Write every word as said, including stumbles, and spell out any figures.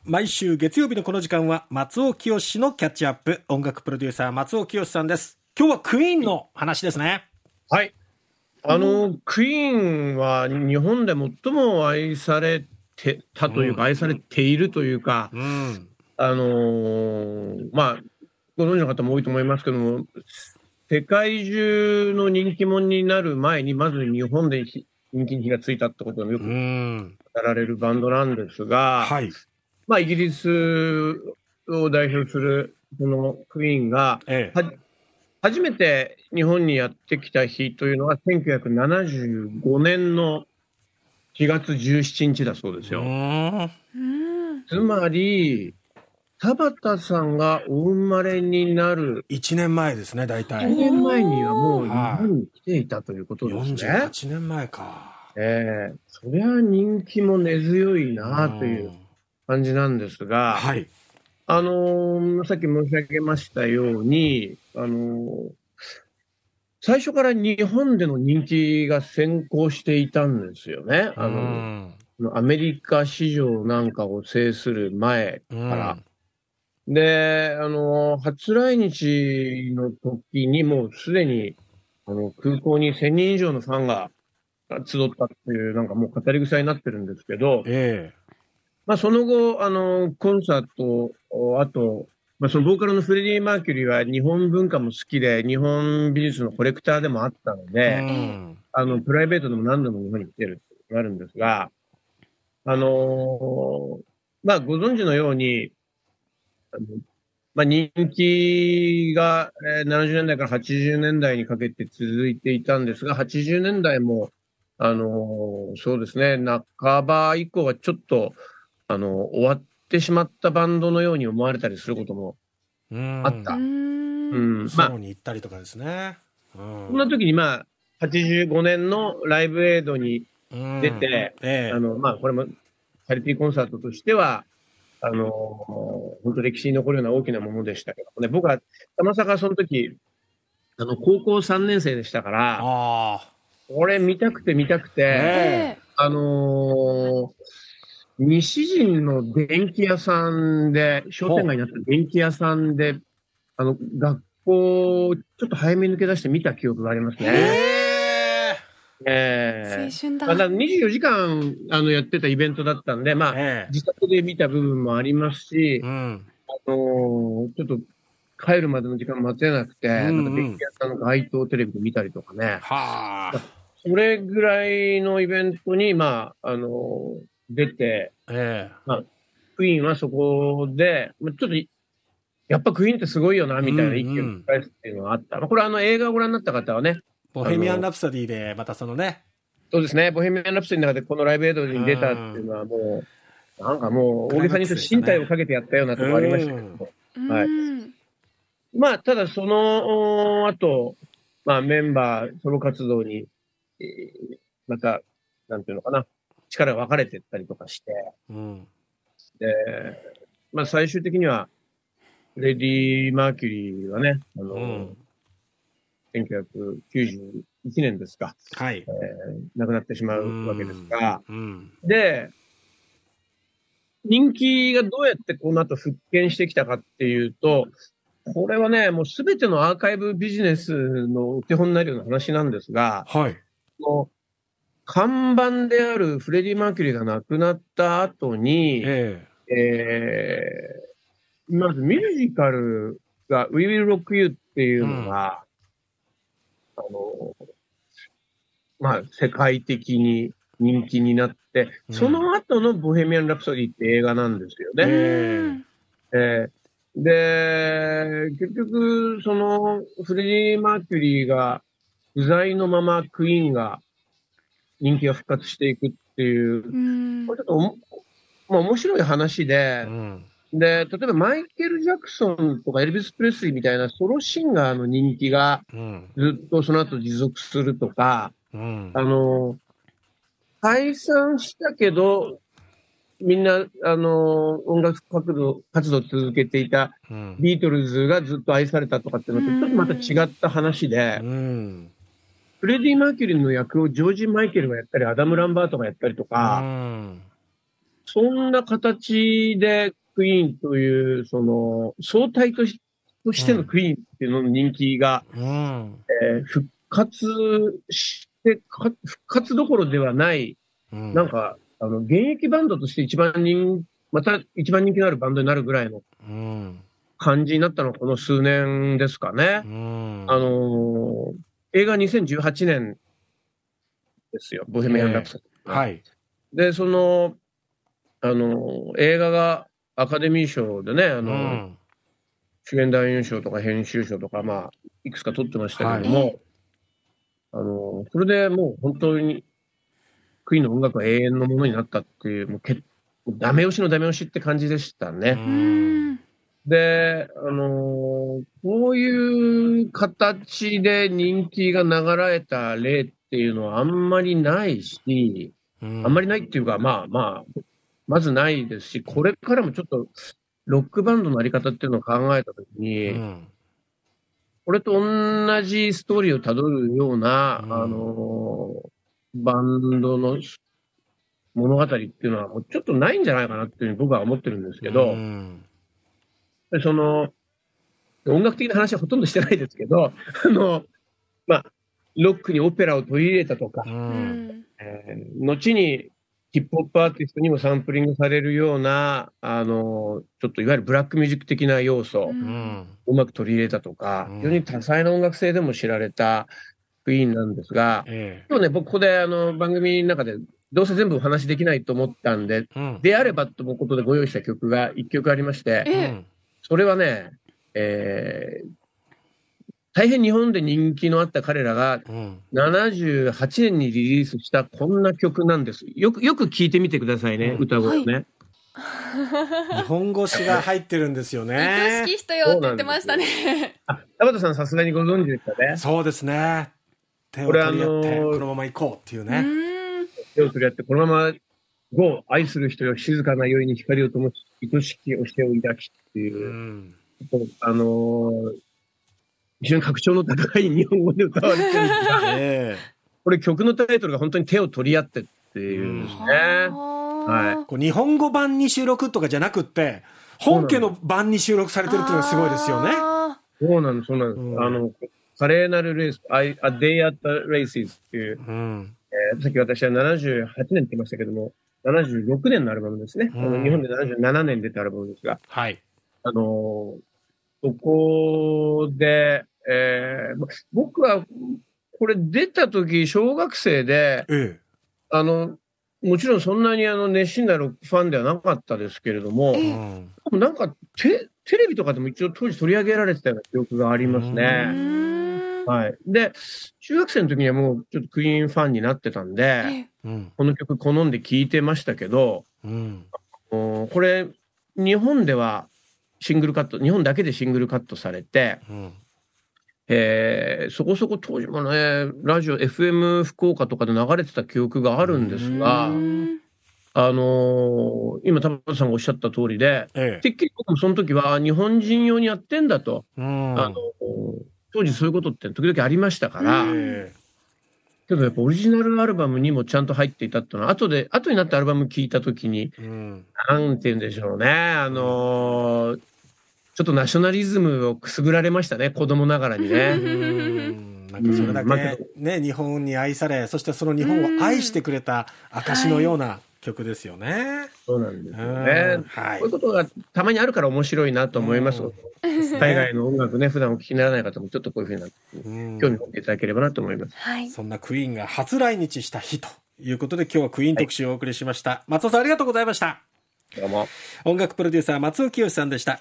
毎週月曜日のこの時間は松尾清のキャッチアップ。音楽プロデューサー松尾清さんです。今日はクイーンの話ですね。 はい、あの、うん、クイーンは日本で最も愛されてたというか、うん、愛されているというか、うん、あのー、まあご存知の方も多いと思いますけども、世界中の人気者になる前にまず日本で人気に火がついたってことがよく語られるバンドなんですが、はい、まあイギリスを代表するこのクイーンが、ええ、初めて日本にやってきた日というのはせんきゅうひゃくななじゅうごねんのしがつじゅうしちにちだそうですよ。つまり田畑さんがお生まれになるいちねんまえですね。大体いちねんまえにはもう日本に来ていたということですね。 よんじゅうはちねんまえか。 ええー、そりゃ人気も根強いなという感じなんですが、はい、あのー、さっき申し上げましたように、あのー、最初から日本での人気が先行していたんですよね。あのアメリカ市場なんかを制する前から。で、あの、初来日の時にもうすでにあの空港にせんにん以上のファンが集ったっていう、なんかもう語り草になってるんですけど、えーまあ、その後、あの、コンサート、あと、まあ、そのボーカルのフレディ・マーキュリーは日本文化も好きで、日本美術のコレクターでもあったので、あの、プライベートでも何度も日本に来てるってなるんですが、あのー、まあ、ご存知のように、あのまあ、人気がななじゅうねんだいからはちじゅうねんだいにかけて続いていたんですが、はちじゅうねんだいも、あのー、そうですね、半ば以降はちょっと、あの、終わってしまったバンドのように思われたりすることもあった。うん。 うん、ソロに行ったりとかですね。 うん、そんな時に、まあ、はちじゅうごねんのライブエイドに出て、ええ、あの、まあ、これもチャリティーコンサートとしては、あの、本当歴史に残るような大きなものでしたけどね、僕は、たまさかその時、あの、高校さんねんせいでしたから、あこれ見たくて見たくて、ええ、あのー、西陣の電気屋さんで、商店街になった電気屋さんで、あの、学校、ちょっと早めに抜け出して見た記憶がありますね。えー、青春だ。まあ、にじゅうよじかんあのやってたイベントだったんで、まあ、えー、自宅で見た部分もありますし、うん、あのー、ちょっと帰るまでの時間待てなくて、うんうん、なんか電気屋さんの街頭テレビで見たりとかね。はあ。それぐらいのイベントに、まあ、あのー、出て、えーまあ、クイーンはそこで、まあ、ちょっと、やっぱクイーンってすごいよな、みたいな意見を返すっていうのがあった。うんうん、まあ、これはあの映画をご覧になった方はね、 ボヘミアン・ラプソディでまたそのね。 そうですね、ボヘミアン・ラプソディの中でこのライブエイドに出たっていうのはもう、なんかもう大げさに言うと身体をかけてやったようなところありましたけど、はい。まあ、ただその後、まあメンバー、ソロ活動に、えー、また、なんていうのかな、力が分かれていったりとかして、うん、で、まあ最終的には、レディ・マーキュリーはね、あの、うん、せんきゅうひゃくきゅうじゅういちねんですか、はい、えー、亡くなってしまうわけですが、うん、で、人気がどうやってこの後復権してきたかっていうと、これはね、もうすべてのアーカイブビジネスのお手本になるような話なんですが、はい、の看板であるフレディ・マーキュリーが亡くなった後に、えーえー、まずミュージカルが We Will Rock You っていうのが、うん、あの、まあ、世界的に人気になって、うん、その後のボヘミアン・ラプソディって映画なんですよね。えーえー、で、結局、その、フレディ・マーキュリーが不在のままクイーンが人気が復活していくっていう、うん、これちょっとお、まあ、面白い話で、うん、で、例えばマイケル・ジャクソンとかエルビス・プレスリーみたいなソロシンガーの人気がずっとその後持続するとか、うん、あの、解散したけど、みんな、あの、音楽活動、活動続けていたビートルズがずっと愛されたとかっていうのとちょっとまた違った話で、うん、フレディ・マーキュリーの役をジョージ・マイケルがやったり、アダム・ランバートがやったりとか、うん、 そんな形でクイーンという、その、総体とし、としてのクイーンっていうのの人気が、 うん、 えー、復活してか、復活どころではない、うん、なんか、あの、現役バンドとして一番人、また一番人気のあるバンドになるぐらいの感じになったのはこの数年ですかね。うん、あのー、映画にせんじゅうはちねんですよ、ボヘミアン・ラプソディ、 えー。はい。 で、その、あのー、映画がアカデミー賞でね、あのー、うん、主演男優賞とか編集賞とか、まあ、いくつか取ってましたけども、はい、あのー、それでもう本当に、クイーンの音楽は永遠のものになったっていう、もうけダメ押しのダメ押しって感じでしたね。うんで、あのー、こういう形で人気が流れた例っていうのはあんまりないし、うん、あんまりないっていうか、まあまあ、まずないですし、これからもちょっとロックバンドのあり方っていうのを考えたときに、うん、これと同じストーリーをたどるような、うん、あのー、バンドの物語っていうのはもうちょっとないんじゃないかなっていうふうに僕は思ってるんですけど、うんその、音楽的な話はほとんどしてないですけど、あの、まあ、ロックにオペラを取り入れたとか、うんえー、後にヒップホップアーティストにもサンプリングされるような、あの、ちょっといわゆるブラックミュージック的な要素をうまく取り入れたとか、非常に多彩な音楽性でも知られたクイーンなんですが、えー、今日ね、僕ここであの番組の中でどうせ全部お話しできないと思ったんで、うん、であればということでご用意した曲がいっきょくありまして、えーそれはね、えー、大変日本で人気のあった彼らが、ななじゅうはちねんにリリースしたこんな曲なんです。よく、よく聞いてみてくださいね、うん、歌声をね。 はい、日本語詞が入ってるんですよね。 愛しき人よって言ってましたね。 あ、田畑さんさすがにご存知でしたね。 そうですね。手を取り合って、こ, れあのー、このまま行こうっていうね。 手を取り合って、このまま、ご、愛する人よ、静かな宵に光を灯し、愛しき教えを抱きっていう、うん、あのー、非常に格調の高い日本語で歌われてるんですが、えー、これ曲のタイトルが本当に手を取り合ってっていうんですね。うんはい、こう日本語版に収録とかじゃなくって、本家の版に収録されてるっていうのがすごいですよね。 そうなんです、そうなんです。うん、あの、華麗なるレース、A Day at the Races っていう、うんえー、さっき私はななじゅうはちねんって言いましたけども、ななじゅうろくねんのアルバムですね。うん、あの日本でななじゅうななねん出たアルバムですが、はい。あのー、そこで、えー、僕は、これ出た時、小学生で、ええ、あの、もちろんそんなにあの熱心なロックファンではなかったですけれども、うん、なんかテ、テレビとかでも一応当時取り上げられてたような記憶がありますね。はい。で、中学生の時にはもうちょっとクイーンファンになってたんで、うん、この曲好んで聴いてましたけど、うん、これ、日本ではシングルカット、日本だけでシングルカットされて、うんえー、そこそこ当時もね、ラジオ、エフエム 福岡とかで流れてた記憶があるんですが、あのー、今、田畑さんがおっしゃった通りで、ええ、てっきり僕もその時は日本人用にやってんだと、あのー、当時そういうことって時々ありましたから、けどやっぱオリジナルアルバムにもちゃんと入っていたっていうのは、後で、後になってアルバム聴いた時に、うん、なんて言うんでしょうね、あのー、ちょっとナショナリズムをくすぐられましたね、子供ながらにね。 うんなんかそれだけ、ね、日本に愛され、そしてその日本を愛してくれた証のような曲ですよね。 そうなんですよね。はい、こういうことがたまにあるから面白いなと思います。海外の音楽ね、普段お聞きにならない方もちょっとこういうふうな興味を持っていただければなと思います。 はい、そんなクイーンが初来日した日ということで、今日はクイーン特集をお送りしました。はい、松尾さんありがとうございました。 どうも。 音楽プロデューサー松尾清さんでした。